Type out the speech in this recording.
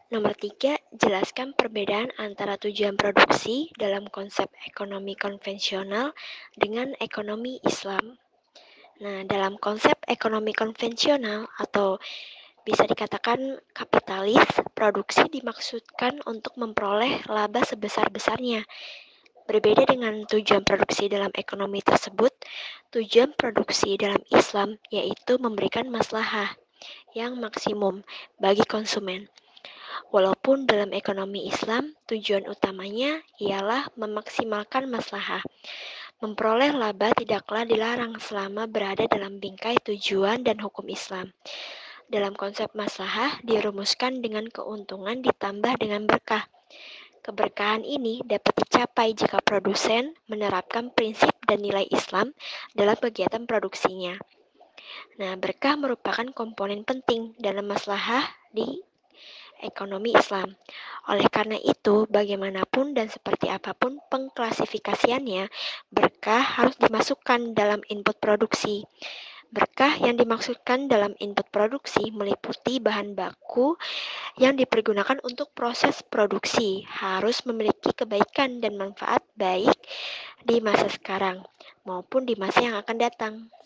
Nomor 3, jelaskan perbedaan antara tujuan produksi dalam konsep ekonomi konvensional dengan ekonomi Islam. Nah, dalam konsep ekonomi konvensional atau bisa dikatakan kapitalis, produksi dimaksudkan untuk memperoleh laba sebesar-besarnya. Berbeda dengan tujuan produksi dalam ekonomi tersebut, tujuan produksi dalam Islam yaitu memberikan maslahah yang maksimum bagi konsumen. Walaupun dalam ekonomi Islam, tujuan utamanya ialah memaksimalkan maslahah. Memperoleh laba tidaklah dilarang selama berada dalam bingkai tujuan dan hukum Islam. Dalam konsep maslahah dirumuskan dengan keuntungan ditambah dengan berkah. Keberkahan ini dapat dicapai jika produsen menerapkan prinsip dan nilai Islam dalam kegiatan produksinya. Nah, berkah merupakan komponen penting dalam maslahah di ekonomi Islam. Oleh karena itu, bagaimanapun dan seperti apapun pengklasifikasiannya, berkah harus dimasukkan dalam input produksi. Berkah yang dimaksudkan dalam input produksi meliputi bahan baku yang dipergunakan untuk proses produksi, harus memiliki kebaikan dan manfaat baik di masa sekarang maupun di masa yang akan datang.